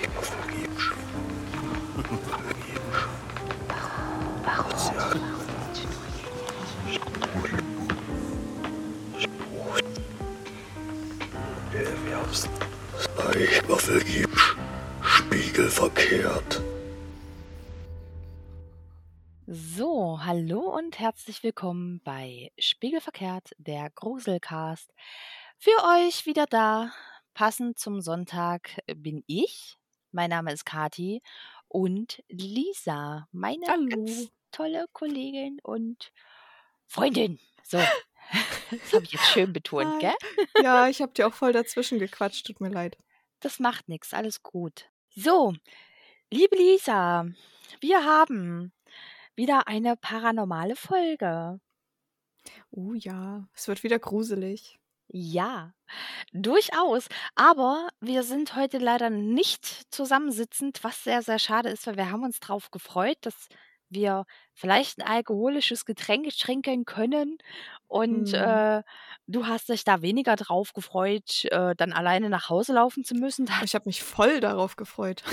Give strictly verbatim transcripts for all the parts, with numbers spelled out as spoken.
Eichwaffelgibsch, spiegelverkehrt. So, hallo und herzlich willkommen bei Spiegelverkehrt, der Gruselcast. Für euch wieder da, passend zum Sonntag bin ich. Mein Name ist Kati und Lisa, meine Hallo. ganz tolle Kollegin und Freundin. So, das habe ich jetzt schön betont, Hi. gell? Ja, ich habe dir auch voll dazwischen gequatscht, tut mir leid. Das macht nichts, alles gut. So, liebe Lisa, wir haben wieder eine paranormale Folge. Oh ja, es wird wieder gruselig. Ja, durchaus. Aber wir sind heute leider nicht zusammensitzend, was sehr, sehr schade ist, weil wir haben uns drauf gefreut, dass wir vielleicht ein alkoholisches Getränk trinken können. Und Hm. äh, du hast dich da weniger drauf gefreut, äh, dann alleine nach Hause laufen zu müssen. Da Ich habe mich voll darauf gefreut.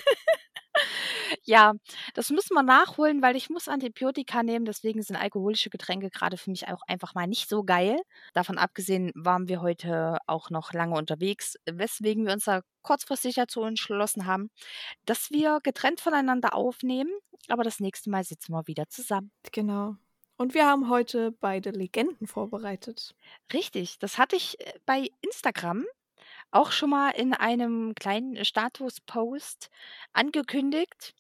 Ja, das müssen wir nachholen, weil ich muss Antibiotika nehmen, deswegen sind alkoholische Getränke gerade für mich auch einfach mal nicht so geil. Davon abgesehen waren wir heute auch noch lange unterwegs, weswegen wir uns da kurzfristig dazu entschlossen haben, dass wir getrennt voneinander aufnehmen, aber das nächste Mal sitzen wir wieder zusammen. Genau. Und wir haben heute beide Legenden vorbereitet. Richtig, das hatte ich äh, bei Instagram auch schon mal in einem kleinen Statuspost angekündigt.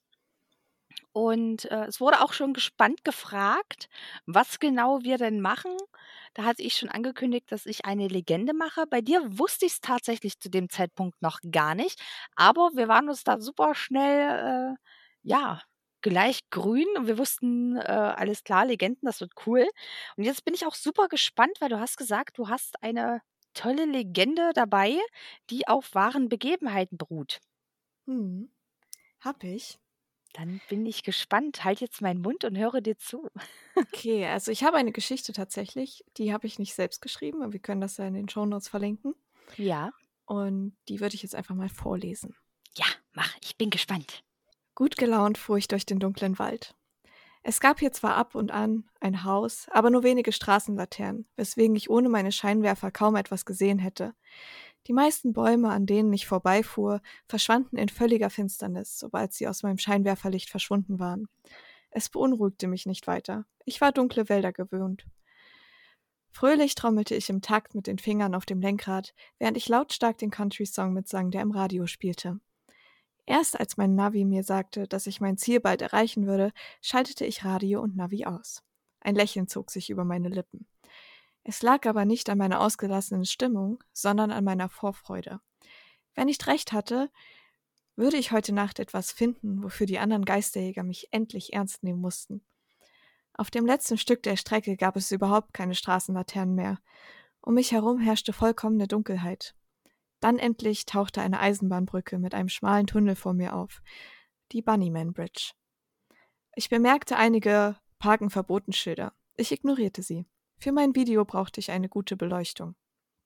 Und, äh, es wurde auch schon gespannt gefragt, was genau wir denn machen. Da hatte ich schon angekündigt, dass ich eine Legende mache. Bei dir wusste ich's tatsächlich zu dem Zeitpunkt noch gar nicht, aber wir waren uns da super schnell, äh, ja, gleich grün und wir wussten, äh, alles klar, Legenden, das wird cool. Und jetzt bin ich auch super gespannt, weil du hast gesagt, du hast eine tolle Legende dabei, die auf wahren Begebenheiten beruht. Hm. Hab ich. Dann bin ich gespannt. Halt jetzt meinen Mund und höre dir zu. Okay, also ich habe eine Geschichte tatsächlich, die habe ich nicht selbst geschrieben, aber wir können das ja in den Shownotes verlinken. Ja. Und die würde ich jetzt einfach mal vorlesen. Ja, mach. Ich bin gespannt. Gut gelaunt fuhr ich durch den dunklen Wald. Es gab hier zwar ab und an ein Haus, aber nur wenige Straßenlaternen, weswegen ich ohne meine Scheinwerfer kaum etwas gesehen hätte. Die meisten Bäume, an denen ich vorbeifuhr, verschwanden in völliger Finsternis, sobald sie aus meinem Scheinwerferlicht verschwunden waren. Es beunruhigte mich nicht weiter. Ich war dunkle Wälder gewöhnt. Fröhlich trommelte ich im Takt mit den Fingern auf dem Lenkrad, während ich lautstark den Country-Song mitsang, der im Radio spielte. Erst als mein Navi mir sagte, dass ich mein Ziel bald erreichen würde, schaltete ich Radio und Navi aus. Ein Lächeln zog sich über meine Lippen. Es lag aber nicht an meiner ausgelassenen Stimmung, sondern an meiner Vorfreude. Wenn ich recht hatte, würde ich heute Nacht etwas finden, wofür die anderen Geisterjäger mich endlich ernst nehmen mussten. Auf dem letzten Stück der Strecke gab es überhaupt keine Straßenlaternen mehr. Um mich herum herrschte vollkommene Dunkelheit. Dann endlich tauchte eine Eisenbahnbrücke mit einem schmalen Tunnel vor mir auf. Die Bunnyman Bridge. Ich bemerkte einige Parken verboten Schilder. Ich ignorierte sie. Für mein Video brauchte ich eine gute Beleuchtung.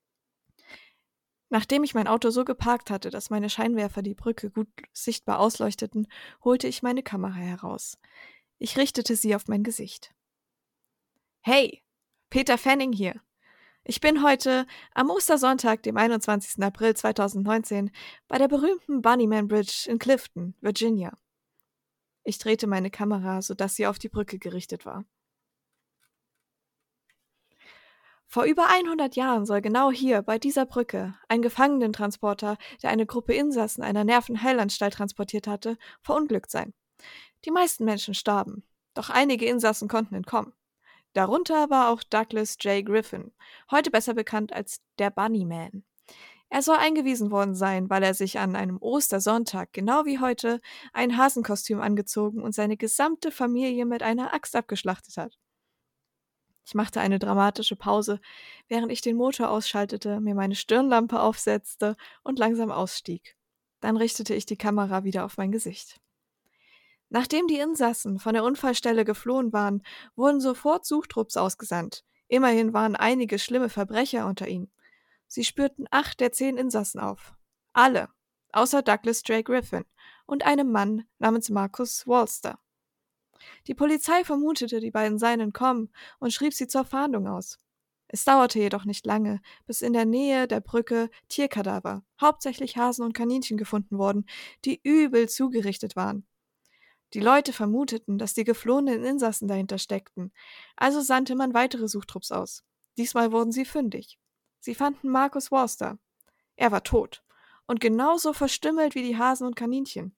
Nachdem ich mein Auto so geparkt hatte, dass meine Scheinwerfer die Brücke gut sichtbar ausleuchteten, holte ich meine Kamera heraus. Ich richtete sie auf mein Gesicht. Hey, Peter Fanning hier. Ich bin heute am Ostersonntag, dem einundzwanzigsten April zweitausendneunzehn, bei der berühmten Bunnyman Bridge in Clifton, Virginia. Ich drehte meine Kamera, sodass sie auf die Brücke gerichtet war. Vor über hundert Jahren soll genau hier, bei dieser Brücke, ein Gefangenentransporter, der eine Gruppe Insassen einer Nervenheilanstalt transportiert hatte, verunglückt sein. Die meisten Menschen starben, doch einige Insassen konnten entkommen. Darunter war auch Douglas J. Griffin, heute besser bekannt als der Bunnyman. Er soll eingewiesen worden sein, weil er sich an einem Ostersonntag, genau wie heute, ein Hasenkostüm angezogen und seine gesamte Familie mit einer Axt abgeschlachtet hat. Ich machte eine dramatische Pause, während ich den Motor ausschaltete, mir meine Stirnlampe aufsetzte und langsam ausstieg. Dann richtete ich die Kamera wieder auf mein Gesicht. Nachdem die Insassen von der Unfallstelle geflohen waren, wurden sofort Suchtrupps ausgesandt. Immerhin waren einige schlimme Verbrecher unter ihnen. Sie spürten acht der zehn Insassen auf. Alle, außer Douglas J. Griffin und einem Mann namens Marcus Walster. Die Polizei vermutete, die beiden seien entkommen und schrieb sie zur Fahndung aus. Es dauerte jedoch nicht lange, bis in der Nähe der Brücke Tierkadaver, hauptsächlich Hasen und Kaninchen, gefunden wurden, die übel zugerichtet waren. Die Leute vermuteten, dass die geflohenen Insassen dahinter steckten, also sandte man weitere Suchtrupps aus. Diesmal wurden sie fündig. Sie fanden Marcus Walster. Er war tot und genauso verstümmelt wie die Hasen und Kaninchen.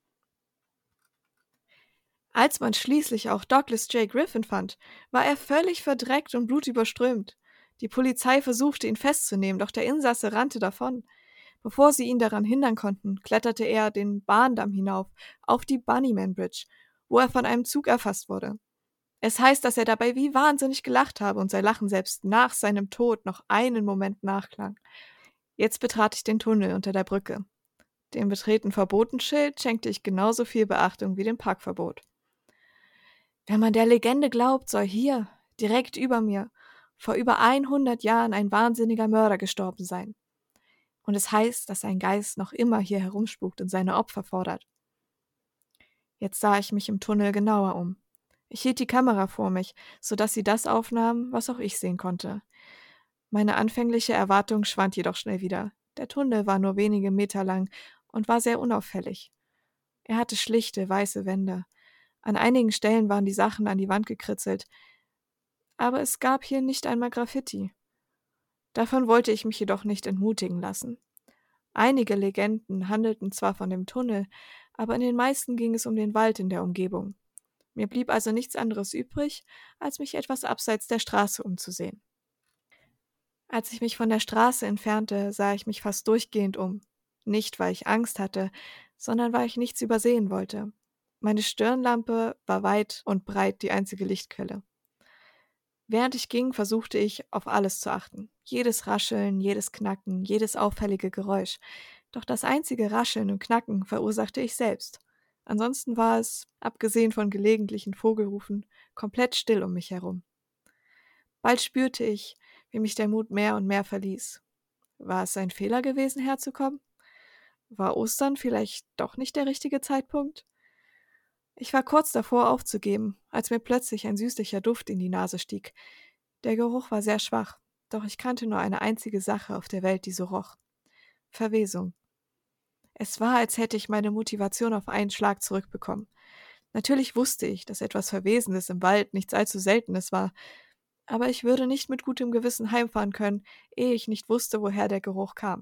Als man schließlich auch Douglas J. Griffin fand, war er völlig verdreckt und blutüberströmt. Die Polizei versuchte, ihn festzunehmen, doch der Insasse rannte davon. Bevor sie ihn daran hindern konnten, kletterte er den Bahndamm hinauf, auf die Bunnyman Bridge, wo er von einem Zug erfasst wurde. Es heißt, dass er dabei wie wahnsinnig gelacht habe und sein Lachen selbst nach seinem Tod noch einen Moment nachklang. Jetzt betrat ich den Tunnel unter der Brücke. Dem Betreten verboten Schild schenkte ich genauso viel Beachtung wie dem Parkverbot. Wenn man der Legende glaubt, soll hier, direkt über mir, vor über hundert Jahren ein wahnsinniger Mörder gestorben sein. Und es heißt, dass sein Geist noch immer hier herumspukt und seine Opfer fordert. Jetzt sah ich mich im Tunnel genauer um. Ich hielt die Kamera vor mich, sodass sie das aufnahm, was auch ich sehen konnte. Meine anfängliche Erwartung schwand jedoch schnell wieder. Der Tunnel war nur wenige Meter lang und war sehr unauffällig. Er hatte schlichte, weiße Wände. An einigen Stellen waren die Sachen an die Wand gekritzelt. Aber es gab hier nicht einmal Graffiti. Davon wollte ich mich jedoch nicht entmutigen lassen. Einige Legenden handelten zwar von dem Tunnel, aber in den meisten ging es um den Wald in der Umgebung. Mir blieb also nichts anderes übrig, als mich etwas abseits der Straße umzusehen. Als ich mich von der Straße entfernte, sah ich mich fast durchgehend um. Nicht, weil ich Angst hatte, sondern weil ich nichts übersehen wollte. Meine Stirnlampe war weit und breit die einzige Lichtquelle. Während ich ging, versuchte ich, auf alles zu achten. Jedes Rascheln, jedes Knacken, jedes auffällige Geräusch. Doch das einzige Rascheln und Knacken verursachte ich selbst. Ansonsten war es, abgesehen von gelegentlichen Vogelrufen, komplett still um mich herum. Bald spürte ich, wie mich der Mut mehr und mehr verließ. War es ein Fehler gewesen, herzukommen? War Ostern vielleicht doch nicht der richtige Zeitpunkt? Ich war kurz davor aufzugeben, als mir plötzlich ein süßlicher Duft in die Nase stieg. Der Geruch war sehr schwach, doch ich kannte nur eine einzige Sache auf der Welt, die so roch. Verwesung. Es war, als hätte ich meine Motivation auf einen Schlag zurückbekommen. Natürlich wusste ich, dass etwas Verwesendes im Wald nichts allzu Seltenes war, aber ich würde nicht mit gutem Gewissen heimfahren können, ehe ich nicht wusste, woher der Geruch kam.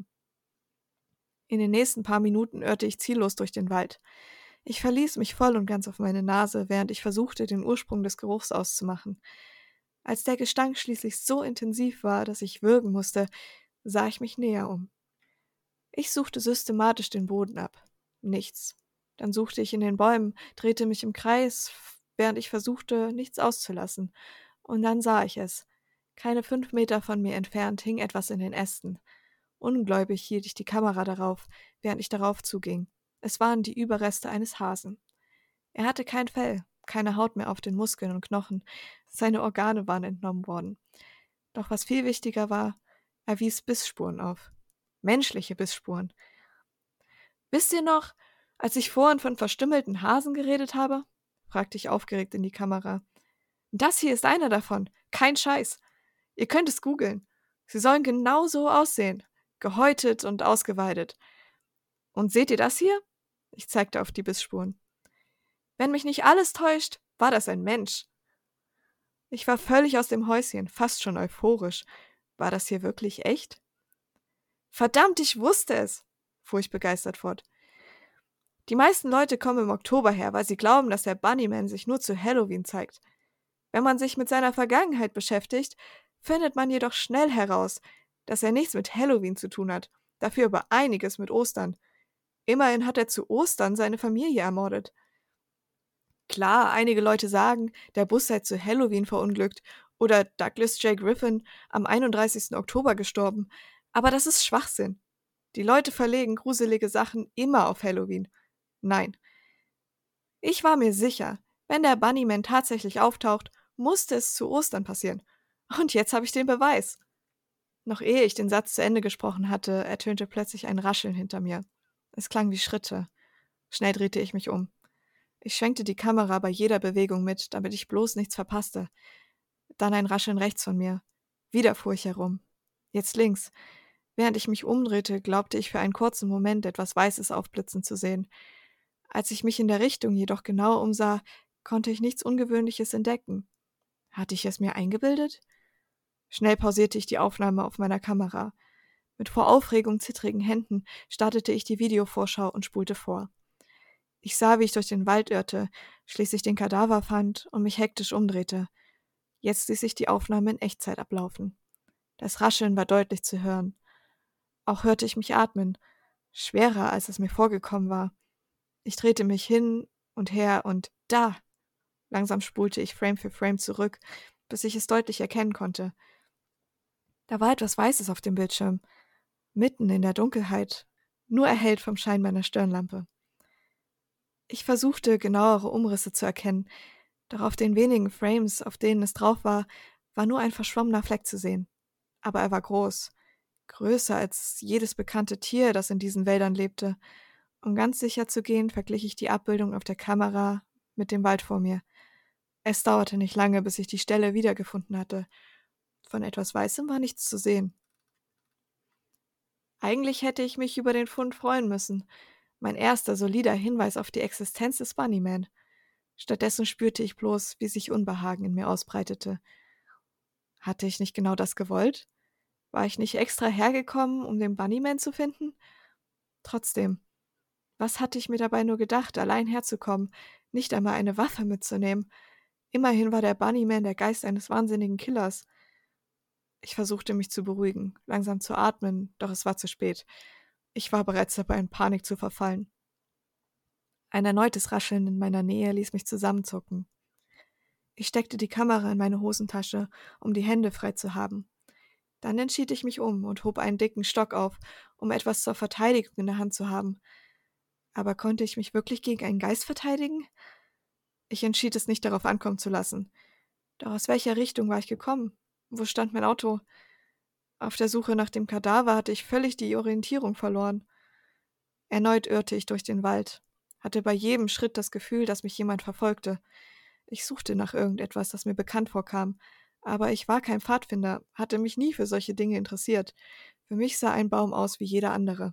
In den nächsten paar Minuten irrte ich ziellos durch den Wald. Ich verließ mich voll und ganz auf meine Nase, während ich versuchte, den Ursprung des Geruchs auszumachen. Als der Gestank schließlich so intensiv war, dass ich würgen musste, sah ich mich näher um. Ich suchte systematisch den Boden ab. Nichts. Dann suchte ich in den Bäumen, drehte mich im Kreis, während ich versuchte, nichts auszulassen. Und dann sah ich es. Keine fünf Meter von mir entfernt hing etwas in den Ästen. Ungläubig hielt ich die Kamera darauf, während ich darauf zuging. Es waren die Überreste eines Hasen. Er hatte kein Fell, keine Haut mehr auf den Muskeln und Knochen. Seine Organe waren entnommen worden. Doch was viel wichtiger war, er wies Bissspuren auf. Menschliche Bissspuren. »Wisst ihr noch, als ich vorhin von verstümmelten Hasen geredet habe?« fragte ich aufgeregt in die Kamera. »Das hier ist einer davon. Kein Scheiß. Ihr könnt es googeln. Sie sollen genau so aussehen. Gehäutet und ausgeweidet. Und seht ihr das hier?« Ich zeigte auf die Bissspuren. »Wenn mich nicht alles täuscht, war das ein Mensch.« Ich war völlig aus dem Häuschen, fast schon euphorisch. War das hier wirklich echt? »Verdammt, ich wusste es«, fuhr ich begeistert fort. »Die meisten Leute kommen im Oktober her, weil sie glauben, dass der Bunnyman sich nur zu Halloween zeigt. Wenn man sich mit seiner Vergangenheit beschäftigt, findet man jedoch schnell heraus, dass er nichts mit Halloween zu tun hat, dafür aber einiges mit Ostern. Immerhin hat er zu Ostern seine Familie ermordet. Klar, einige Leute sagen, der Bus sei zu Halloween verunglückt oder Douglas J. Griffin am einunddreißigsten Oktober gestorben, aber das ist Schwachsinn. Die Leute verlegen gruselige Sachen immer auf Halloween. Nein. Ich war mir sicher, wenn der Bunnyman tatsächlich auftaucht, musste es zu Ostern passieren. Und jetzt habe ich den Beweis. Noch ehe ich den Satz zu Ende gesprochen hatte, ertönte plötzlich ein Rascheln hinter mir. Es klang wie Schritte. Schnell drehte ich mich um. Ich schwenkte die Kamera bei jeder Bewegung mit, damit ich bloß nichts verpasste. Dann ein Rascheln rechts von mir. Wieder fuhr ich herum. Jetzt links. Während ich mich umdrehte, glaubte ich für einen kurzen Moment etwas Weißes aufblitzen zu sehen. Als ich mich in der Richtung jedoch genauer umsah, konnte ich nichts Ungewöhnliches entdecken. Hatte ich es mir eingebildet? Schnell pausierte ich die Aufnahme auf meiner Kamera. Mit vor Aufregung zittrigen Händen startete ich die Videovorschau und spulte vor. Ich sah, wie ich durch den Wald irrte, schließlich den Kadaver fand und mich hektisch umdrehte. Jetzt ließ ich die Aufnahme in Echtzeit ablaufen. Das Rascheln war deutlich zu hören. Auch hörte ich mich atmen, schwerer, als es mir vorgekommen war. Ich drehte mich hin und her und da! Langsam spulte ich Frame für Frame zurück, bis ich es deutlich erkennen konnte. Da war etwas Weißes auf dem Bildschirm, mitten in der Dunkelheit, nur erhellt vom Schein meiner Stirnlampe. Ich versuchte, genauere Umrisse zu erkennen, doch auf den wenigen Frames, auf denen es drauf war, war nur ein verschwommener Fleck zu sehen. Aber er war groß, größer als jedes bekannte Tier, das in diesen Wäldern lebte. Um ganz sicher zu gehen, verglich ich die Abbildung auf der Kamera mit dem Wald vor mir. Es dauerte nicht lange, bis ich die Stelle wiedergefunden hatte. Von etwas Weißem war nichts zu sehen. Eigentlich hätte ich mich über den Fund freuen müssen. Mein erster solider Hinweis auf die Existenz des Bunnyman. Stattdessen spürte ich bloß, wie sich Unbehagen in mir ausbreitete. Hatte ich nicht genau das gewollt? War ich nicht extra hergekommen, um den Bunnyman zu finden? Trotzdem, was hatte ich mir dabei nur gedacht, allein herzukommen, nicht einmal eine Waffe mitzunehmen? Immerhin war der Bunnyman der Geist eines wahnsinnigen Killers. Ich versuchte mich zu beruhigen, langsam zu atmen, doch es war zu spät. Ich war bereits dabei, in Panik zu verfallen. Ein erneutes Rascheln in meiner Nähe ließ mich zusammenzucken. Ich steckte die Kamera in meine Hosentasche, um die Hände frei zu haben. Dann entschied ich mich um und hob einen dicken Stock auf, um etwas zur Verteidigung in der Hand zu haben. Aber konnte ich mich wirklich gegen einen Geist verteidigen? Ich entschied es nicht darauf ankommen zu lassen. Doch aus welcher Richtung war ich gekommen? Wo stand mein Auto? Auf der Suche nach dem Kadaver hatte ich völlig die Orientierung verloren. Erneut irrte ich durch den Wald, hatte bei jedem Schritt das Gefühl, dass mich jemand verfolgte. Ich suchte nach irgendetwas, das mir bekannt vorkam, aber ich war kein Pfadfinder, hatte mich nie für solche Dinge interessiert. Für mich sah ein Baum aus wie jeder andere.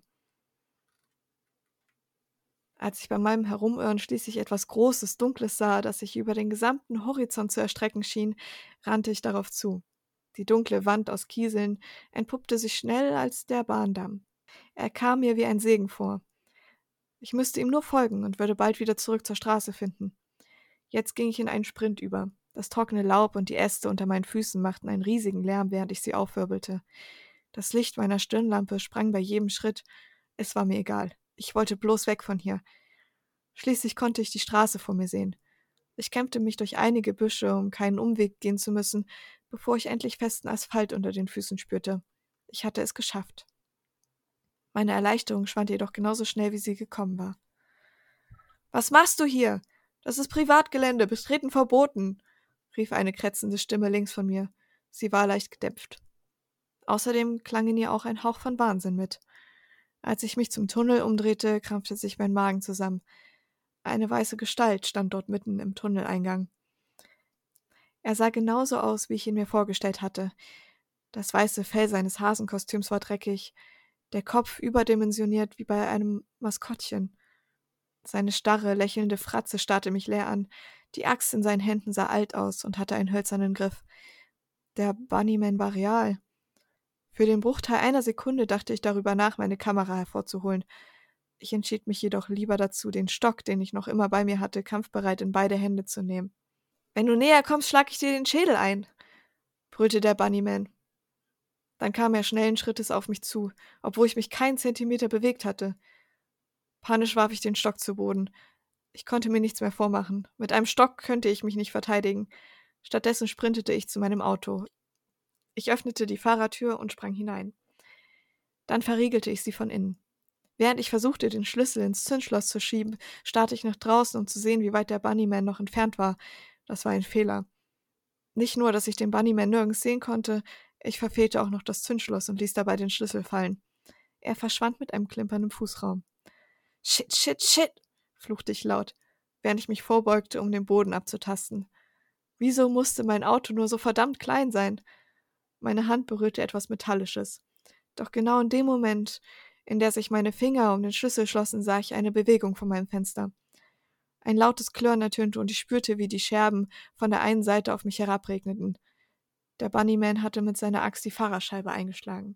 Als ich bei meinem Herumirren schließlich etwas Großes, Dunkles sah, das sich über den gesamten Horizont zu erstrecken schien, rannte ich darauf zu. Die dunkle Wand aus Kieseln entpuppte sich schnell als der Bahndamm. Er kam mir wie ein Segen vor. Ich müsste ihm nur folgen und würde bald wieder zurück zur Straße finden. Jetzt ging ich in einen Sprint über. Das trockene Laub und die Äste unter meinen Füßen machten einen riesigen Lärm, während ich sie aufwirbelte. Das Licht meiner Stirnlampe sprang bei jedem Schritt. Es war mir egal. Ich wollte bloß weg von hier. Schließlich konnte ich die Straße vor mir sehen. Ich kämpfte mich durch einige Büsche, um keinen Umweg gehen zu müssen, bevor ich endlich festen Asphalt unter den Füßen spürte. Ich hatte es geschafft. Meine Erleichterung schwand jedoch genauso schnell, wie sie gekommen war. »Was machst du hier? Das ist Privatgelände, betreten verboten«, rief eine kratzende Stimme links von mir. Sie war leicht gedämpft. Außerdem klang in ihr auch ein Hauch von Wahnsinn mit. Als ich mich zum Tunnel umdrehte, krampfte sich mein Magen zusammen. Eine weiße Gestalt stand dort mitten im Tunneleingang. Er sah genauso aus, wie ich ihn mir vorgestellt hatte. Das weiße Fell seines Hasenkostüms war dreckig, der Kopf überdimensioniert wie bei einem Maskottchen. Seine starre, lächelnde Fratze starrte mich leer an, die Axt in seinen Händen sah alt aus und hatte einen hölzernen Griff. Der Bunnyman war real. Für den Bruchteil einer Sekunde dachte ich darüber nach, meine Kamera hervorzuholen. Ich entschied mich jedoch lieber dazu, den Stock, den ich noch immer bei mir hatte, kampfbereit in beide Hände zu nehmen. »Wenn du näher kommst, schlag ich dir den Schädel ein«, brüllte der Bunnyman. Dann kam er schnellen Schrittes auf mich zu, obwohl ich mich keinen Zentimeter bewegt hatte. Panisch warf ich den Stock zu Boden. Ich konnte mir nichts mehr vormachen. Mit einem Stock könnte ich mich nicht verteidigen. Stattdessen sprintete ich zu meinem Auto. Ich öffnete die Fahrertür und sprang hinein. Dann verriegelte ich sie von innen. Während ich versuchte, den Schlüssel ins Zündschloss zu schieben, starrte ich nach draußen, um zu sehen, wie weit der Bunnyman noch entfernt war. Das war ein Fehler. Nicht nur, dass ich den Bunnyman nirgends sehen konnte, ich verfehlte auch noch das Zündschloss und ließ dabei den Schlüssel fallen. Er verschwand mit einem Klimpern im Fußraum. Shit, shit, shit, fluchte ich laut, während ich mich vorbeugte, um den Boden abzutasten. Wieso musste mein Auto nur so verdammt klein sein? Meine Hand berührte etwas Metallisches. Doch genau in dem Moment, in der sich meine Finger um den Schlüssel schlossen, sah ich eine Bewegung vor meinem Fenster. Ein lautes Klirren ertönte und ich spürte, wie die Scherben von der einen Seite auf mich herabregneten. Der Bunnyman hatte mit seiner Axt die Fahrerscheibe eingeschlagen.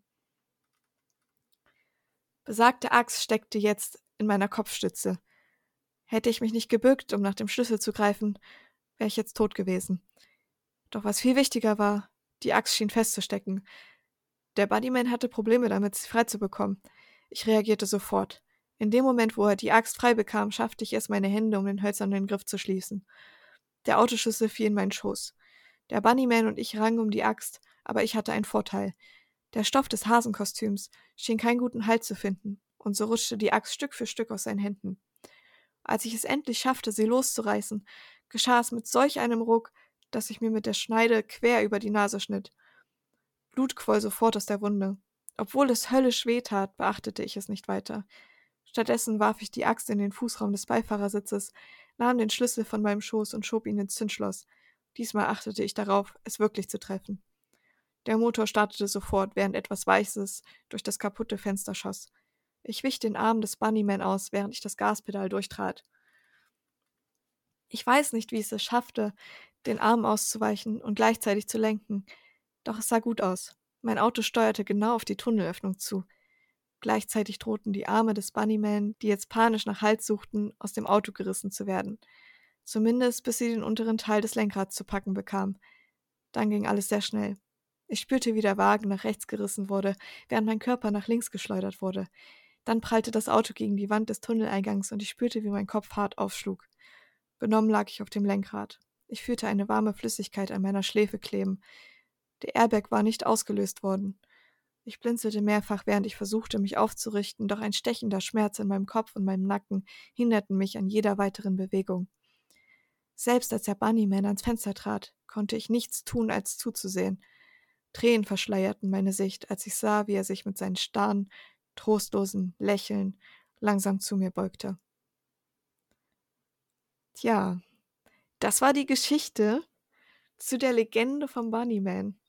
Besagte Axt steckte jetzt in meiner Kopfstütze. Hätte ich mich nicht gebückt, um nach dem Schlüssel zu greifen, wäre ich jetzt tot gewesen. Doch was viel wichtiger war, die Axt schien festzustecken. Der Bunnyman hatte Probleme damit, sie frei zu bekommen. Ich reagierte sofort. In dem Moment, wo er die Axt frei bekam, schaffte ich es, meine Hände um den hölzernen Griff zu schließen. Der Autoschlüssel fiel in meinen Schoß. Der Bunnyman und ich rangen um die Axt, aber ich hatte einen Vorteil. Der Stoff des Hasenkostüms schien keinen guten Halt zu finden, und so rutschte die Axt Stück für Stück aus seinen Händen. Als ich es endlich schaffte, sie loszureißen, geschah es mit solch einem Ruck, dass ich mir mit der Schneide quer über die Nase schnitt. Blut quoll sofort aus der Wunde. Obwohl es höllisch weh tat, beachtete ich es nicht weiter. Stattdessen warf ich die Axt in den Fußraum des Beifahrersitzes, nahm den Schlüssel von meinem Schoß und schob ihn ins Zündschloss. Diesmal achtete ich darauf, es wirklich zu treffen. Der Motor startete sofort, während etwas Weißes durch das kaputte Fenster schoss. Ich wich den Arm des Bunnyman aus, während ich das Gaspedal durchtrat. Ich weiß nicht, wie es es schaffte, den Arm auszuweichen und gleichzeitig zu lenken, doch es sah gut aus. Mein Auto steuerte genau auf die Tunnelöffnung zu. Gleichzeitig drohten die Arme des Bunnyman, die jetzt panisch nach Halt suchten, aus dem Auto gerissen zu werden. Zumindest bis sie den unteren Teil des Lenkrads zu packen bekam. Dann ging alles sehr schnell. Ich spürte, wie der Wagen nach rechts gerissen wurde, während mein Körper nach links geschleudert wurde. Dann prallte das Auto gegen die Wand des Tunneleingangs und ich spürte, wie mein Kopf hart aufschlug. Benommen lag ich auf dem Lenkrad. Ich fühlte eine warme Flüssigkeit an meiner Schläfe kleben. Der Airbag war nicht ausgelöst worden. Ich blinzelte mehrfach, während ich versuchte, mich aufzurichten, doch ein stechender Schmerz in meinem Kopf und meinem Nacken hinderten mich an jeder weiteren Bewegung. Selbst als der Bunnyman ans Fenster trat, konnte ich nichts tun, als zuzusehen. Tränen verschleierten meine Sicht, als ich sah, wie er sich mit seinen starren, trostlosen Lächeln langsam zu mir beugte. Tja, das war die Geschichte zu der Legende vom Bunnyman.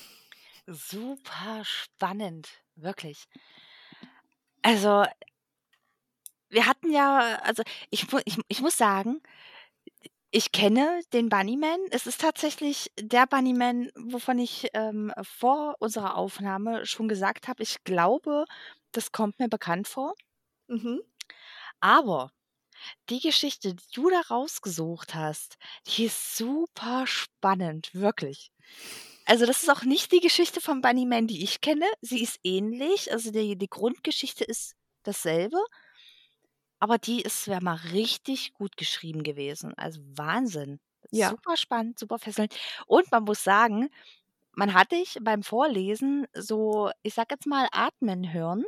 Super spannend, wirklich. Also, wir hatten ja, also ich, mu- ich, ich muss sagen, ich kenne den Bunnyman. Es ist tatsächlich der Bunnyman, wovon ich ähm, vor unserer Aufnahme schon gesagt habe, ich glaube, das kommt mir bekannt vor. Mhm. Aber die Geschichte, die du da rausgesucht hast, die ist super spannend, wirklich. Also das ist auch nicht die Geschichte vom Bunnyman, die ich kenne. Sie ist ähnlich, also die, die Grundgeschichte ist dasselbe, aber die ist ja mal richtig gut geschrieben gewesen. Also Wahnsinn. Ja. Super spannend, super fesselnd. Und man muss sagen, man hat dich beim Vorlesen so, ich sag jetzt mal, atmen hören.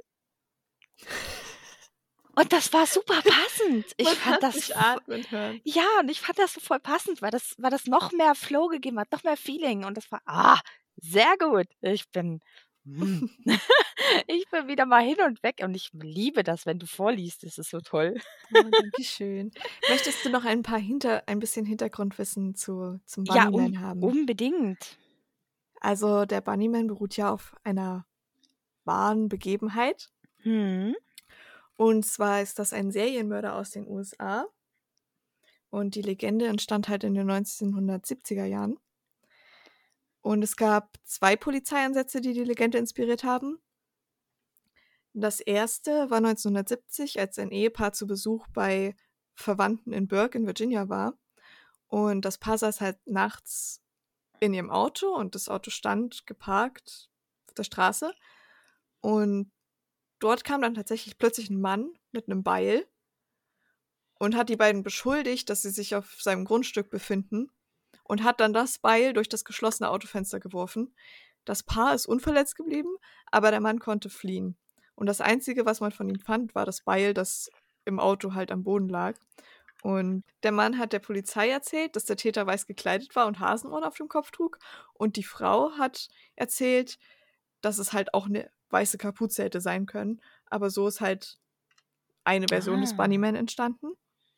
Und das war super passend. Ich Man fand hat das mich vo- atmen hören. Ja, und ich fand das so voll passend, weil das, weil das noch mehr Flow gegeben hat, noch mehr Feeling. Und das war, ah, sehr gut. Ich bin, mm. ich bin wieder mal hin und weg. Und ich liebe das, wenn du vorliest. Das ist so toll. Oh, danke schön. Möchtest du noch ein paar Hinter, ein bisschen Hintergrundwissen zu, zum Ja, Bunnyman un haben? unbedingt. Also der Bunnyman beruht ja auf einer wahren Begebenheit. Hm. Und zwar ist das ein Serienmörder aus den U S A. Und die Legende entstand halt in den neunzehnhundertsiebziger Jahren. Und es gab zwei Polizeieinsätze, die die Legende inspiriert haben. Das erste war neunzehnhundertsiebzig, als ein Ehepaar zu Besuch bei Verwandten in Burke in Virginia war. Und das Paar saß halt nachts in ihrem Auto und das Auto stand geparkt auf der Straße. Und dort kam dann tatsächlich plötzlich ein Mann mit einem Beil und hat die beiden beschuldigt, dass sie sich auf seinem Grundstück befinden und hat dann das Beil durch das geschlossene Autofenster geworfen. Das Paar ist unverletzt geblieben, aber der Mann konnte fliehen. Und das Einzige, was man von ihm fand, war das Beil, das im Auto halt am Boden lag. Und der Mann hat der Polizei erzählt, dass der Täter weiß gekleidet war und Hasenohren auf dem Kopf trug. Und die Frau hat erzählt, dass es halt auch eine weiße Kapuze hätte sein können. Aber so ist halt eine Version des Ah. Bunnyman entstanden.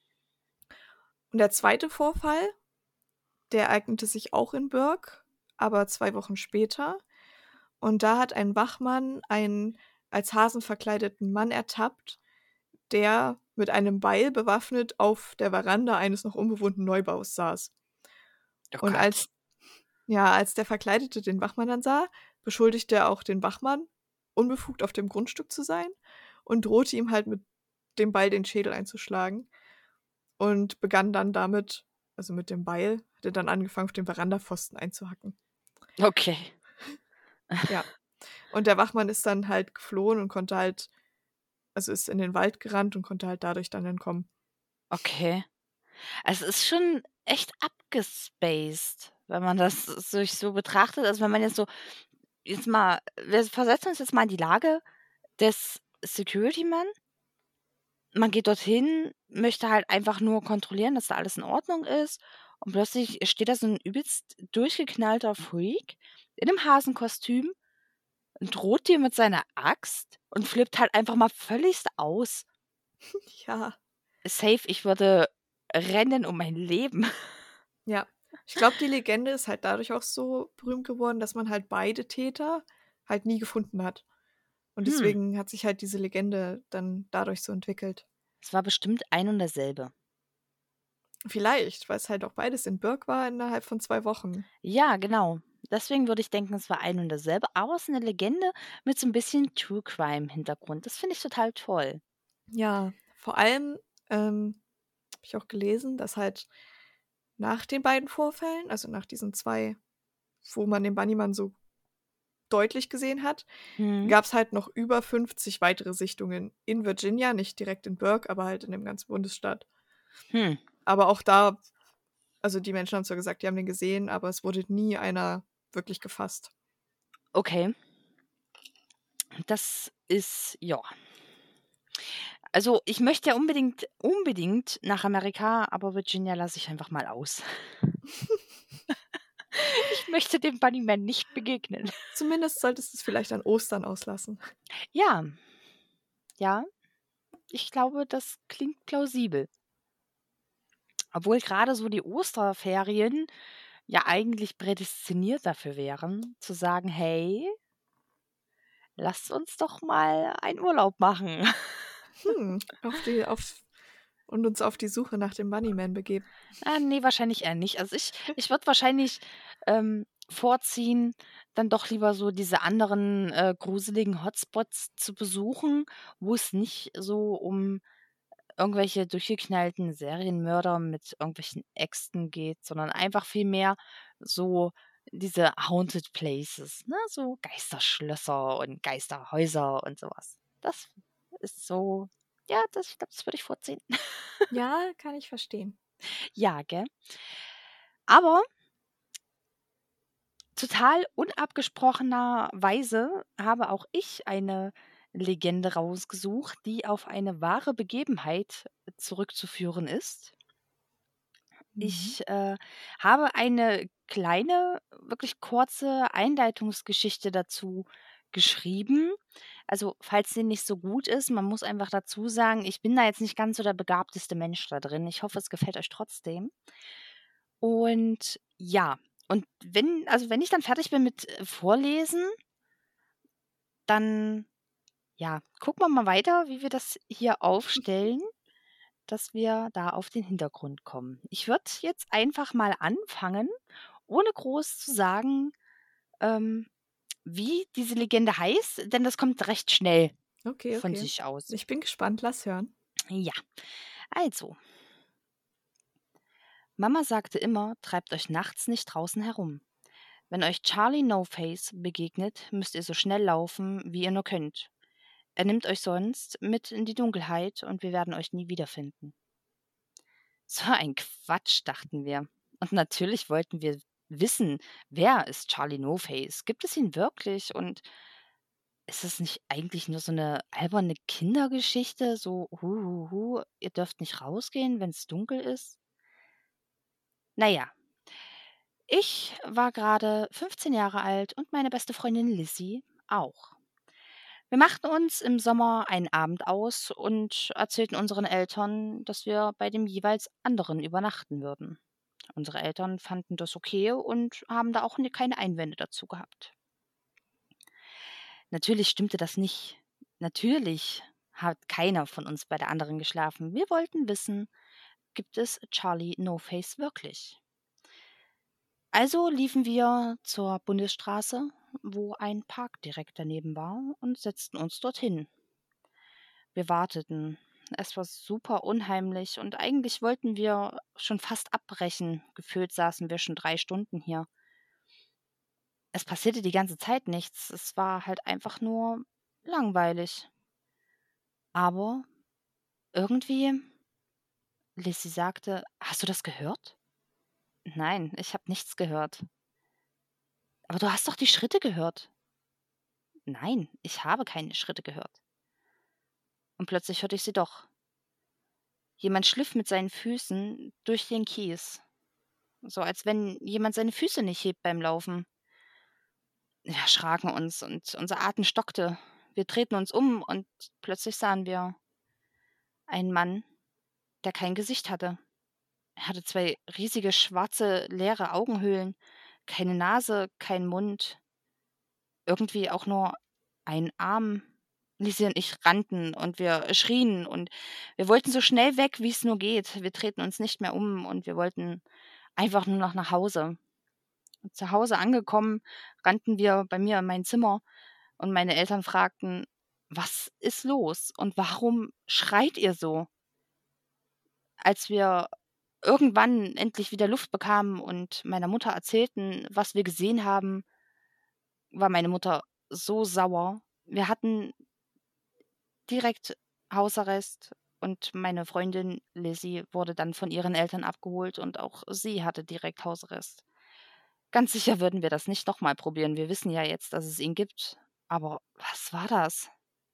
Und der zweite Vorfall, der ereignete sich auch in Burke, aber zwei Wochen später. Und da hat ein Wachmann einen als Hasen verkleideten Mann ertappt, der mit einem Beil bewaffnet auf der Veranda eines noch unbewohnten Neubaus saß. Oh Und Gott. als, ja, als der Verkleidete den Wachmann dann sah, beschuldigte er auch den Wachmann, unbefugt auf dem Grundstück zu sein und drohte ihm halt mit dem Beil den Schädel einzuschlagen und begann dann damit, also mit dem Beil, hat er dann angefangen, auf den Verandapfosten einzuhacken. Okay. Ja. Und der Wachmann ist dann halt geflohen und konnte halt, also ist in den Wald gerannt und konnte halt dadurch dann entkommen. Okay. Also, es ist schon echt abgespaced, wenn man das sich so betrachtet. Also, wenn man jetzt so jetzt mal wir versetzen uns jetzt mal in die Lage des Security-Man. Man geht dorthin, möchte halt einfach nur kontrollieren, dass da alles in Ordnung ist und plötzlich steht da so 'n übelst durchgeknallter Freak in 'nem Hasenkostüm und droht dir mit seiner Axt und flippt halt einfach mal völligst aus. Ja. Safe, ich würde rennen um mein Leben. Ja. Ich glaube, die Legende ist halt dadurch auch so berühmt geworden, dass man halt beide Täter halt nie gefunden hat. Und Hm. deswegen hat sich halt diese Legende dann dadurch so entwickelt. Es war bestimmt ein und derselbe. Vielleicht, weil's halt auch beides in Burke war innerhalb von zwei Wochen. Ja, genau. Deswegen würde ich denken, es war ein und derselbe, aber es ist 'ne Legende mit so 'n bisschen True Crime-Hintergrund. Das finde ich total toll. Ja, vor allem, ähm, habe ich auch gelesen, dass halt nach den beiden Vorfällen, also nach diesen zwei, wo man den Bunnyman so deutlich gesehen hat, Mhm. gab's halt noch über fünfzig weitere Sichtungen in Virginia, nicht direkt in Burke, aber halt in dem ganzen Bundesstaat. Hm. Aber auch da, also die Menschen haben zwar gesagt, die haben den gesehen, aber es wurde nie einer wirklich gefasst. Okay. Das ist ja. Also, ich möchte ja unbedingt unbedingt nach Amerika, aber Virginia lasse ich einfach mal aus. Ich möchte dem Bunnyman nicht begegnen. Zumindest solltest du's vielleicht an Ostern auslassen. Ja. Ja, ich glaube, das klingt plausibel. Obwohl grade so die Osterferien ja eigentlich prädestiniert dafür wären, zu sagen: „Hey" „lasst uns doch mal einen Urlaub machen." Hm, auf die auf und uns auf die Suche nach dem Bunnyman begeben. Ah, ne, wahrscheinlich eher nicht. Also, ich ich würde wahrscheinlich, ähm, vorziehen, dann doch lieber so diese anderen, äh, gruseligen Hotspots zu besuchen, wo es nicht so um irgendwelche durchgeknallten Serienmörder mit irgendwelchen Äxten geht, sondern einfach vielmehr so diese Haunted Places, ne, so Geisterschlösser und Geisterhäuser und so was. Das ist so ja, das ich glaube, das würde ich vorziehen. Ja, kann ich verstehen. Ja, gell? Aber total unabgesprochenerweise habe auch ich eine Legende rausgesucht, die auf eine wahre Begebenheit zurückzuführen ist. Mhm. Ich, äh, habe eine kleine, wirklich kurze Einleitungsgeschichte dazu geschrieben. Also, falls sie nicht so gut ist, man muss einfach dazu sagen, ich bin da jetzt nicht ganz so der begabteste Mensch da drin. Ich hoffe, es gefällt euch trotzdem. Und ja, und wenn also, wenn ich dann fertig bin mit, äh, Vorlesen dann, ja, gucken wir mal weiter, wie wir das hier aufstellen, dass wir da auf den Hintergrund kommen. Ich würde jetzt einfach mal anfangen, ohne groß zu sagen, ähm, wie diese Legende heißt, denn das kommt recht schnell Okay, von okay. sich aus. Ich bin gespannt, lass hören. Ja, also Mama sagte immer, treibt euch nachts nicht draußen herum. Wenn euch Charlie No-Face begegnet, müsst ihr so schnell laufen, wie ihr nur könnt. Er nimmt euch sonst mit in die Dunkelheit und wir werden euch nie wiederfinden. So ein Quatsch, dachten wir. Und natürlich wollten wir wissen, wer ist Charlie No-Face? Gibt es ihn wirklich? Und ist es nicht eigentlich nur so eine alberne Kindergeschichte? So, hu, hu, hu, ihr dürft nicht rausgehen, wenn es dunkel ist? Naja, ich war gerade fünfzehn Jahre alt und meine beste Freundin Lizzie auch. Wir machten uns im Sommer einen Abend aus und erzählten unseren Eltern, dass wir bei dem jeweils anderen übernachten würden. Unsere Eltern fanden das okay und haben da auch ne keine Einwände dazu gehabt. Natürlich stimmte das nicht. Natürlich hat keiner von uns bei der anderen geschlafen. Wir wollten wissen, gibt es Charlie No Face wirklich? Also liefen wir zur Bundesstraße, wo ein Park direkt daneben war, und setzten uns dorthin. Wir warteten. Es war super unheimlich und eigentlich wollten wir schon fast abbrechen. Gefühlt saßen wir schon drei Stunden hier. Es passierte die ganze Zeit nichts. Es war halt einfach nur langweilig. Aber irgendwie Lizzie sagte: „Hast du das gehört?“ „Nein, ich habe nichts gehört.“ „Aber du hast doch die Schritte gehört.“ „Nein, ich habe keine Schritte gehört.“ Und plötzlich hörte ich sie doch. Jemand schliff mit seinen Füßen durch den Kies, so als wenn jemand seine Füße nicht hebt beim Laufen. Wir erschraken uns und unser Atem stockte. Wir drehten uns um und plötzlich sahen wir einen Mann, der kein Gesicht hatte. Er hatte zwei riesige, schwarze, leere Augenhöhlen, keine Nase, keinen Mund, irgendwie auch nur einen Arm. Lizzie und ich rannten und wir schrien und wir wollten so schnell weg, wie es nur geht. Wir drehten uns nicht mehr um und wir wollten einfach nur noch nach Hause. Und zu Hause angekommen, rannten wir bei mir in mein Zimmer und meine Eltern fragten: „Was ist los und warum schreit ihr so?“ Als wir irgendwann endlich wieder Luft bekamen und meiner Mutter erzählten, was wir gesehen haben, war meine Mutter so sauer. Wir hatten direkt Hausarrest und meine Freundin Lizzie wurde dann von ihren Eltern abgeholt und auch sie hatte direkt Hausarrest. Ganz sicher würden wir das nicht noch mal probieren. Wir wissen ja jetzt, dass es ihn gibt, aber was war das?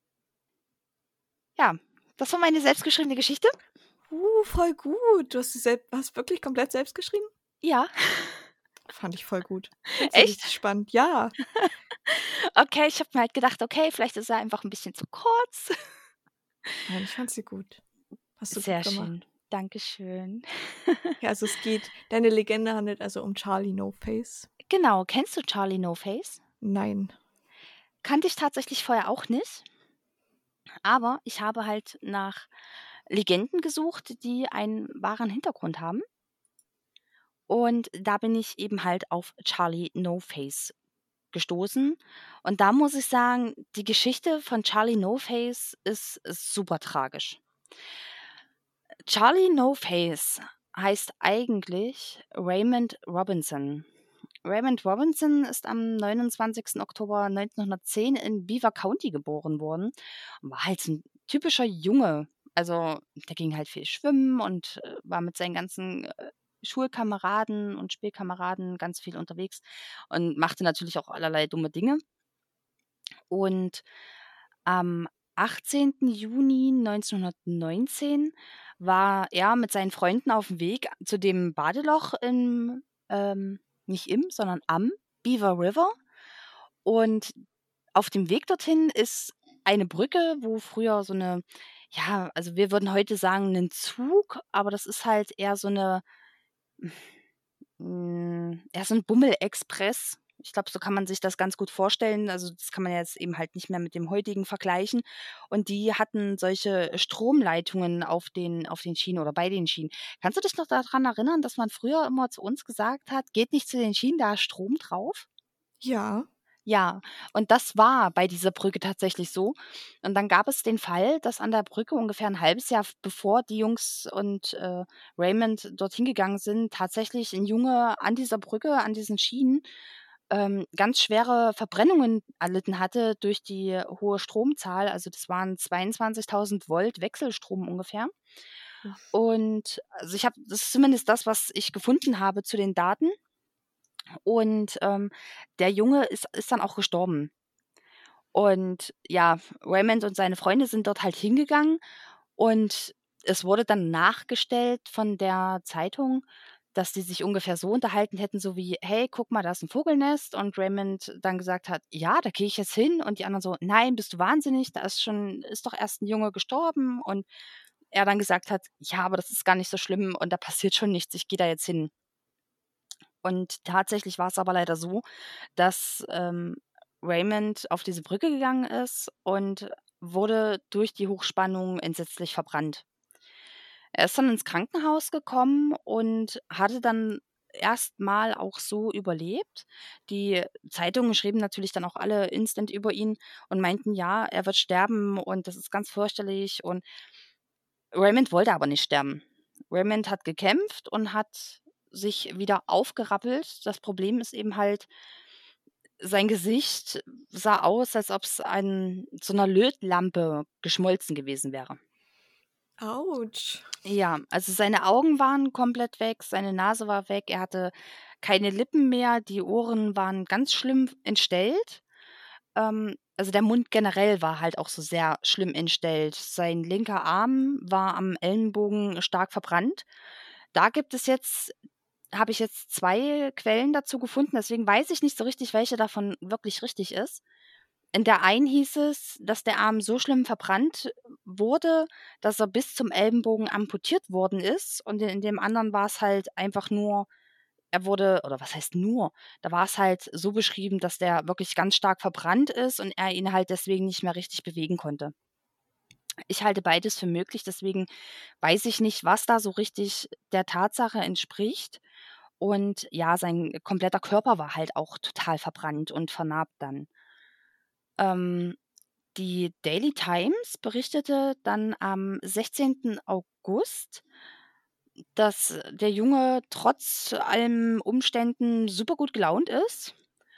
Ja, das war meine selbstgeschriebene Geschichte. Uh, voll gut. Du hast sie selb hast wirklich komplett selbst geschrieben? Ja. Fand ich voll gut. Find's Echt? richtig spannend. Ja. Okay, ich habe mir halt gedacht: „Okay, vielleicht ist er einfach 'n bisschen zu kurz.“ Nein, ich fand sie gut. Hast du gut Sehr gemacht. schön. Dankeschön. Ja, also es geht deine Legende handelt also um Charlie No Face? Genau. Kennst du Charlie No Face? Nein. Kannte ich tatsächlich vorher auch nicht. Aber ich habe halt nach Legenden gesucht, die einen wahren Hintergrund haben. Und da bin ich eben halt auf Charlie No Face gestoßen. Und da muss ich sagen, die Geschichte von Charlie No Face ist super tragisch. Charlie No Face heißt eigentlich Raymond Robinson. Raymond Robinson ist am neunundzwanzigsten Oktober neunzehnhundertzehn in Beaver County geboren worden und war halt so 'n typischer Junge. Also, der ging halt viel schwimmen und, äh, war mit seinen ganzen, äh, Schulkameraden und Spielkameraden ganz viel unterwegs und machte natürlich auch allerlei dumme Dinge. Und am achtzehnten Juni neunzehnhundertneunzehn war er mit seinen Freunden auf'm Weg zu dem Badeloch im ähm, nicht im, sondern am Beaver River. Und auf dem Weg dorthin ist eine Brücke, wo früher so 'ne ja, also wir würden heute sagen 'nen Zug, aber das ist halt eher so 'ne hm, eher so 'n Bummelexpress. Ich glaube, so kann man sich das ganz gut vorstellen. Also, das kann man ja jetzt eben halt nicht mehr mit dem heutigen vergleichen. Und die hatten solche Stromleitungen auf den auf den Schienen oder bei den Schienen. Kannst du dich noch da dran erinnern, dass man früher immer zu uns gesagt hat: „Geht nicht zu den Schienen, da ist Strom drauf?“ Ja. Ja, und das war bei dieser Brücke tatsächlich so. Und dann gab es den Fall, dass an der Brücke ungefähr 'n halbes Jahr f bevor die Jungs und, äh, Raymond dorthin gegangen sind, tatsächlich 'n Junge an dieser Brücke, an diesen Schienen, ähm, ganz schwere Verbrennungen erlitten hatte durch die hohe Stromzahl. Also, das waren zweiundzwanzigtausend Volt Wechselstrom ungefähr. Uff. Und also, ich habe das ist zumindest das, was ich gefunden habe zu den Daten. Und, ähm, der Junge ist ist dann auch gestorben. Und ja, Raymond und seine Freunde sind dort halt hingegangen und es wurde dann nachgestellt von der Zeitung, dass die sich ungefähr so unterhalten hätten, so wie: „Hey, guck mal, da ist 'n Vogelnest." Und Raymond dann gesagt hat: „Ja, da gehe ich jetzt hin." Und die anderen so: „Nein, bist du wahnsinnig? Da ist schon ist doch erst 'n Junge gestorben." Und er dann gesagt hat: „Ja, aber das ist gar nicht so schlimm und da passiert schon nichts. Ich gehe da jetzt hin." Und tatsächlich war's aber leider so, dass, ähm, Raymond auf diese Brücke gegangen ist und wurde durch die Hochspannung entsetzlich verbrannt. Er ist dann ins Krankenhaus gekommen und hatte dann erst mal auch so überlebt. Die Zeitungen schrieben natürlich dann auch alle instant über ihn und meinten: „Ja, er wird sterben und das ist ganz fürchterlich." Und Raymond wollte aber nicht sterben. Raymond hat gekämpft und hat sich wieder aufgerappelt. Das Problem ist eben halt, sein Gesicht sah aus, als ob's an so 'ner Lötlampe geschmolzen gewesen wäre. Autsch. Ja, also seine Augen waren komplett weg, seine Nase war weg, er hatte keine Lippen mehr, die Ohren waren ganz schlimm entstellt. Ähm, also der Mund generell war halt auch so sehr schlimm entstellt. Sein linker Arm war am Ellenbogen stark verbrannt. Da gibt es jetzt habe ich jetzt zwei Quellen dazu gefunden, deswegen weiß ich nicht so richtig, welche davon wirklich richtig ist. In der einen hieß es, dass der Arm so schlimm verbrannt wurde, dass er bis zum Ellenbogen amputiert worden ist und in in dem anderen war's halt einfach nur er wurde oder was heißt nur? Da war's halt so beschrieben, dass der wirklich ganz stark verbrannt ist und er ihn halt deswegen nicht mehr richtig bewegen konnte. Ich halte beides für möglich, deswegen weiß ich nicht, was da so richtig der Tatsache entspricht. Und ja, sein kompletter Körper war halt auch total verbrannt und vernarbt dann. Ähm, die Daily Times berichtete dann am sechzehnten August, dass der Junge trotz allen Umständen supergut gelaunt ist.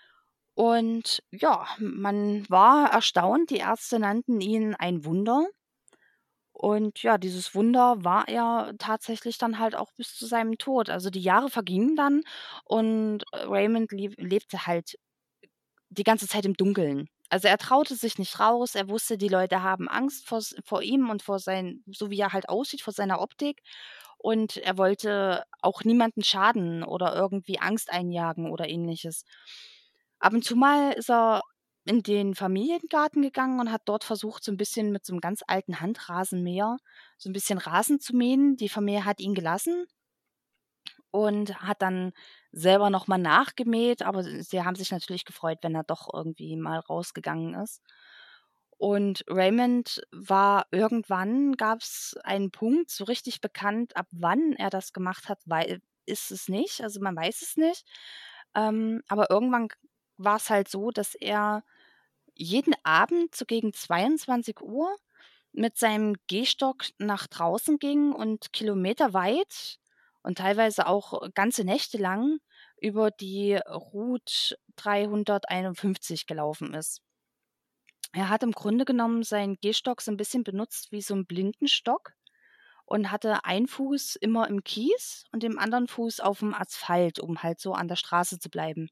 Und ja, man war erstaunt. Die Ärzte nannten ihn ein Wunder. Und ja, dieses Wunder war er tatsächlich dann halt auch bis zu seinem Tod. Also, die Jahre vergingen dann und Raymond lieb lebte halt die ganze Zeit im Dunkeln. Also, er traute sich nicht raus. Er wusste, die Leute haben Angst vor s vor ihm und vor sein so wie er halt aussieht, vor seiner Optik. Und er wollte auch niemanden schaden oder irgendwie Angst einjagen oder Ähnliches. Ab und zu mal ist er in den Familiengarten gegangen und hat dort versucht, so 'n bisschen mit so 'nem ganz alten Handrasenmäher so 'n bisschen Rasen zu mähen. Die Familie hat ihn gelassen und hat dann selber noch mal nachgemäht, aber s sie haben sich natürlich gefreut, wenn er doch irgendwie mal rausgegangen ist. Und Raymond war irgendwann gab's einen Punkt, so richtig bekannt, ab wann er das gemacht hat, wei ist es nicht. Also, man weiß es nicht. Ähm, aber irgendwann k war's halt so, dass er jeden Abend so gegen zweiundzwanzig Uhr mit seinem Gehstock nach draußen ging und kilometerweit und teilweise auch ganze Nächte lang über die Route dreihunderteinundfünfzig gelaufen ist. Er hat im Grunde genommen seinen Gehstock so 'n bisschen benutzt wie so 'n Blindenstock und hatte einen Fuß immer im Kies und den anderen Fuß aufm Asphalt, um halt so an der Straße zu bleiben.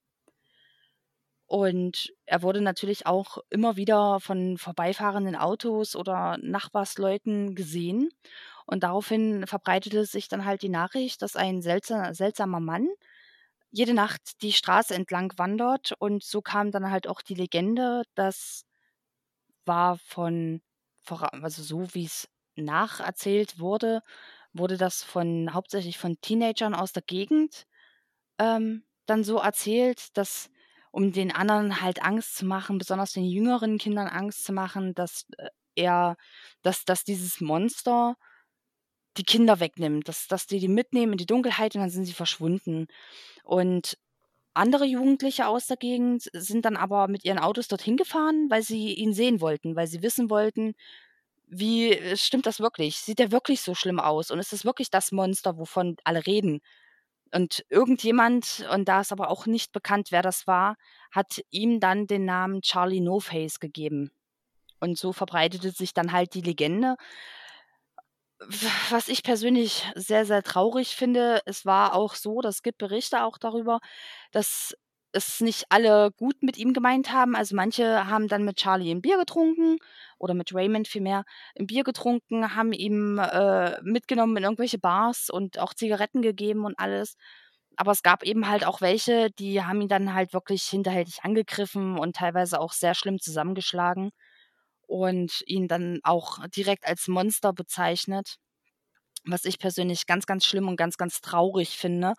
Und er wurde natürlich auch immer wieder von vorbeifahrenden Autos oder Nachbarsleuten gesehen. Und daraufhin verbreitete sich dann halt die Nachricht, dass ein seltsa seltsamer Mann jede Nacht die Straße entlang wandert. Und so kam dann halt auch die Legende, das war von vora also, so wie's nacherzählt wurde, wurde das von hauptsächlich von Teenagern aus der Gegend, ähm, dann so erzählt, dass um den anderen halt Angst zu machen, besonders den jüngeren Kindern Angst zu machen, dass, äh, er dass dass dieses Monster die Kinder wegnimmt, dass dass die die mitnehmen in die Dunkelheit und dann sind sie verschwunden. Und andere Jugendliche aus der Gegend sind dann aber mit ihren Autos dorthin gefahren, weil sie ihn sehen wollten, weil sie wissen wollten, wie äh, stimmt das wirklich? Sieht der wirklich so schlimm aus? Und ist das wirklich das Monster, wovon alle reden? Und irgendjemand, und da ist aber auch nicht bekannt, wer das war, hat ihm dann den Namen Charlie No Face gegeben. Und so verbreitete sich dann halt die Legende. W was ich persönlich sehr, sehr traurig finde, es war auch so, das gibt Berichte auch darüber, dass es nicht alle gut mit ihm gemeint haben. Also manche haben dann mit Charlie ein Bier getrunken oder mit Raymond vielmehr ein Bier getrunken, haben ihm äh, mitgenommen in irgendwelche Bars und auch Zigaretten gegeben und alles. Aber es gab eben halt auch welche, die haben ihn dann halt wirklich hinterhältig angegriffen und teilweise auch sehr schlimm zusammengeschlagen und ihn dann auch direkt als Monster bezeichnet, was ich persönlich ganz, ganz schlimm und ganz, ganz traurig finde.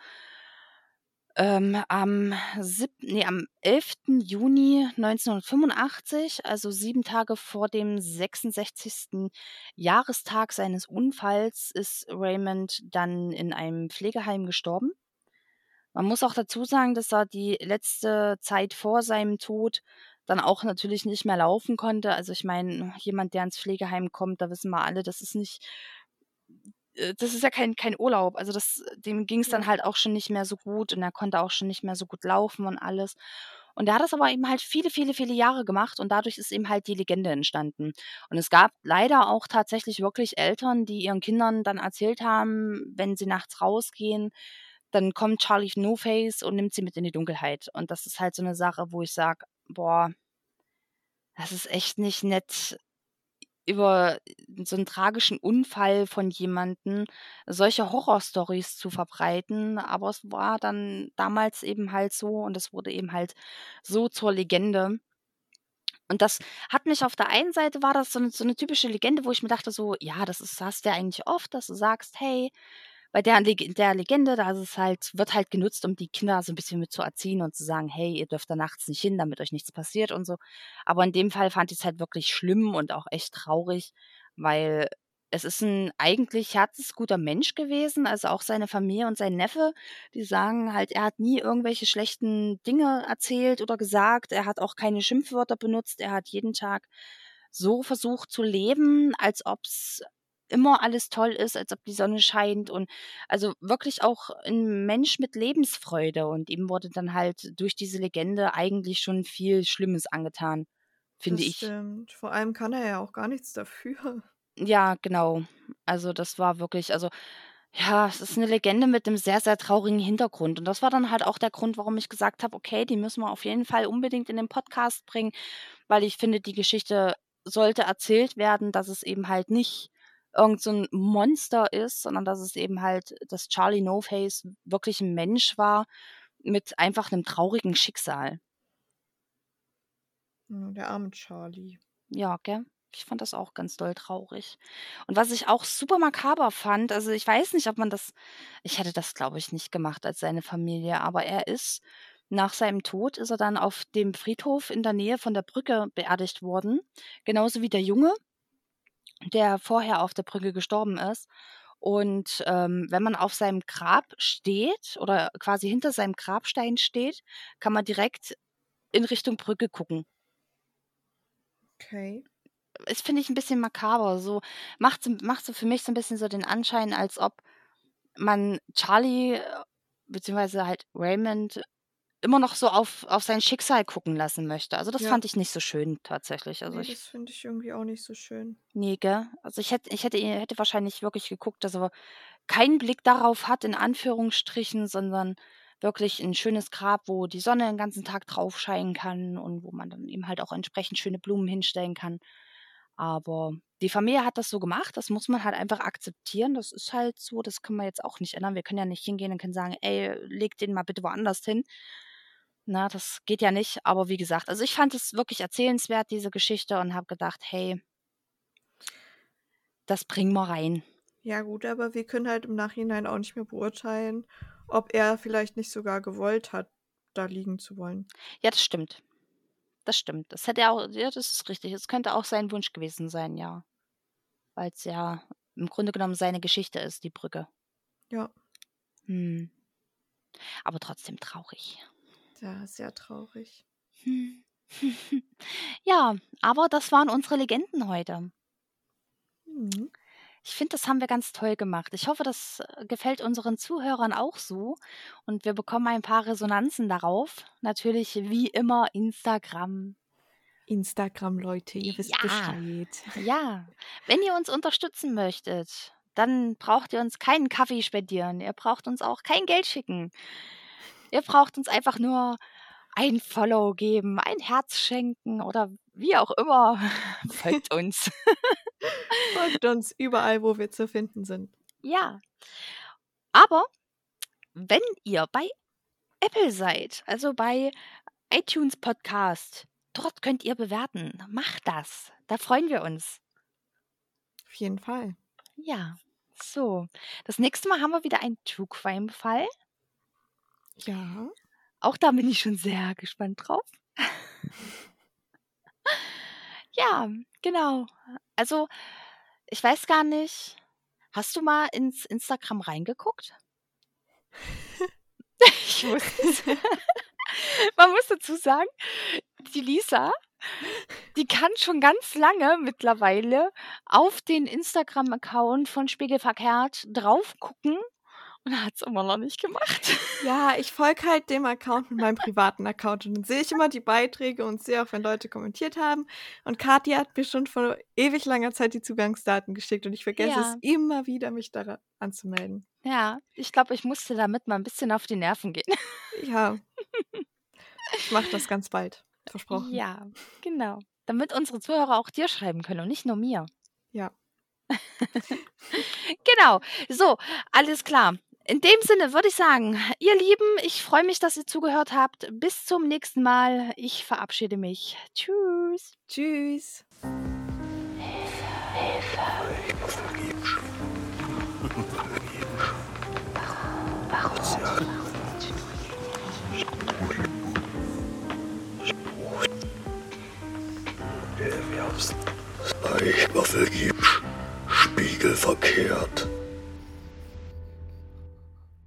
Ähm, am sieb ne, am elften Juni neunzehnhundertfünfundachtzig, also sieben Tage vor dem sechsundsechzigsten Jahrestag seines Unfalls, ist Raymond dann in einem Pflegeheim gestorben. Man muss auch dazu sagen, dass er die letzte Zeit vor seinem Tod dann auch natürlich nicht mehr laufen konnte. Also, ich meine, jemand, der ins Pflegeheim kommt, da wissen wir alle, das ist nicht äh, das ist ja kein kein Urlaub. Also, das dem ging's dann Ja. halt auch schon nicht mehr so gut und er konnte auch schon nicht mehr so gut laufen und alles. Und er hat das aber eben halt viele, viele, viele Jahre gemacht und dadurch ist eben halt die Legende entstanden. Und es gab leider auch tatsächlich wirklich Eltern, die ihren Kindern dann erzählt haben, wenn sie nachts rausgehen, dann kommt Charlie No Face und nimmt sie mit in die Dunkelheit. Und das ist halt so 'ne Sache, wo ich sage: „Boah, das ist echt nicht nett, über so 'n tragischen Unfall von jemandem solche Horrorstories zu verbreiten." Aber es war dann damals eben halt so und es wurde eben halt so zur Legende. Und das hat mich auf der einen Seite war das so 'ne so 'ne typische Legende, wo ich mir dachte so: „Ja, das ist hast du ja eigentlich oft, dass du sagst: ‚Hey, bei der Leg der Legende, da ist es halt wird halt genutzt, um die Kinder so 'n bisschen mit zu erziehen und zu sagen: ‚Hey, ihr dürft da nachts nicht hin, damit euch nichts passiert und so.'" Aber in dem Fall fand ich's halt wirklich schlimm und auch echt traurig, weil es ist 'n eigentlich herzensguter Mensch gewesen, also auch seine Familie und sein Neffe, die sagen halt, er hat nie irgendwelche schlechten Dinge erzählt oder gesagt. Er hat auch keine Schimpfwörter benutzt. Er hat jeden Tag so versucht zu leben, als ob's immer alles toll ist, als ob die Sonne scheint und also wirklich auch 'n Mensch mit Lebensfreude und ihm wurde dann halt durch diese Legende eigentlich schon viel Schlimmes angetan, finde Das ich. stimmt. Vor allem kann er ja auch gar nichts dafür. Ja, genau. Also, das war wirklich also, ja, es ist 'ne Legende mit 'nem sehr, sehr traurigen Hintergrund. Und das war dann halt auch der Grund, warum ich gesagt habe: „Okay, die müssen wir auf jeden Fall unbedingt in den Podcast bringen", weil ich finde, die Geschichte sollte erzählt werden, dass es eben halt nicht irgend so 'n Monster ist, sondern dass es eben halt dass Charlie No Face wirklich 'n Mensch war mit einfach 'nem traurigen Schicksal. Hm, der arme Charlie. Ja, gell? Ich fand das auch ganz doll traurig. Und was ich auch super makaber fand, also ich weiß nicht, ob man das ich hätte das, glaube ich, nicht gemacht als seine Familie, aber er ist nach seinem Tod ist er dann auf dem Friedhof in der Nähe von der Brücke beerdigt worden, genauso wie der Junge, der vorher auf der Brücke gestorben ist. Und, ähm, wenn man auf seinem Grab steht oder quasi hinter seinem Grabstein steht, kann man direkt in Richtung Brücke gucken. Okay. Es finde ich 'n bisschen makaber, so macht so macht so für mich so 'n bisschen so den Anschein, als ob man Charlie, äh, beziehungsweise halt Raymond immer noch so auf auf sein Schicksal gucken lassen möchte. Also, das Ja. fand ich nicht so schön tatsächlich. Also, Ne, ich das finde ich irgendwie auch nicht so schön. Ne, gell? Also, ich hätte ich hätte äh, hätte wahrscheinlich wirklich geguckt, dass er keinen Blick darauf hat in Anführungsstrichen, sondern wirklich 'n schönes Grab, wo die Sonne 'n ganzen Tag drauf scheinen kann und wo man dann eben halt auch entsprechend schöne Blumen hinstellen kann. Aber die Familie hat das so gemacht, das muss man halt einfach akzeptieren. Das ist halt so, das können wir jetzt auch nicht ändern. Wir können ja nicht hingehen und können sagen: „Ey, legt den mal bitte woanders hin." Ne, das geht ja nicht. Aber wie gesagt, also, ich fand es wirklich erzählenswert, diese Geschichte und habe gedacht: „Hey" „das bringen wir rein." Ja gut, aber wir können halt im Nachhinein auch nicht mehr beurteilen, ob er vielleicht nicht sogar gewollt hat, da liegen zu wollen. Ja, das stimmt. Das stimmt. Das hätte er auch ja, das ist richtig. Es könnte auch sein Wunsch gewesen sein, ja. Weil's ja im Grunde genommen seine Geschichte ist, die Brücke. Ja. Mhm. Aber trotzdem traurig. Ja, sehr traurig. Ja, aber das waren unsere Legenden heute. Mhm. Ich finde, das haben wir ganz toll gemacht. Ich hoffe, das, äh, gefällt unseren Zuhörern auch so und wir bekommen ein paar Resonanzen darauf. Natürlich wie immer Instagram. Instagram, Leute, ihr wisst Ja, Bescheid. ja. Wenn ihr uns unterstützen möchtet, dann braucht ihr uns keinen Kaffee spendieren. Ihr braucht uns auch kein Geld schicken. Ihr braucht uns einfach nur ein Follow geben, ein Herz schenken oder wie auch immer. Folgt uns. Folgt uns überall, wo wir zu finden sind. Ja. Aber wenn ihr bei Apple seid, also bei iTunes Podcast, dort könnt ihr bewerten. Macht das. Da freuen wir uns. Auf jeden Fall. Ja. So. Das nächste Mal haben wir wieder einen True Crime Fall. Ja. Auch da bin ich schon sehr gespannt drauf. Ja, genau. Also, ich weiß gar nicht. Hast du mal ins Instagram reingeguckt? Ich wusste es. Man muss dazu sagen, die Lisa, die kann schon ganz lange mittlerweile auf den Instagram-Account von Spiegelverkehrt drauf gucken und hat es immer noch nicht gemacht. Ja, ich folge halt dem Account mit meinem privaten Account und dann sehe ich immer die Beiträge und sehe auch, wenn Leute kommentiert haben. Und Kathi hat mir schon vor ewig langer Zeit die Zugangsdaten geschickt und ich vergesse Ja. es immer wieder, mich daran anzumelden. Ja, ich glaube, ich musste damit mal ein bisschen auf die Nerven gehen. Ja. Ich mache das ganz bald. Versprochen. Ja, genau. Damit unsere Zuhörer auch dir schreiben können und nicht nur mir. Ja. Genau. So, alles klar. In dem Sinne würde ich sagen, ihr Lieben, ich freue mich, dass ihr zugehört habt. Bis zum nächsten Mal. Ich verabschiede mich. Tschüss. Tschüss. Ich bin vergibst. Vergibst. Warum? Der Herbst. Ich war vergibst. Spiegelverkehrt.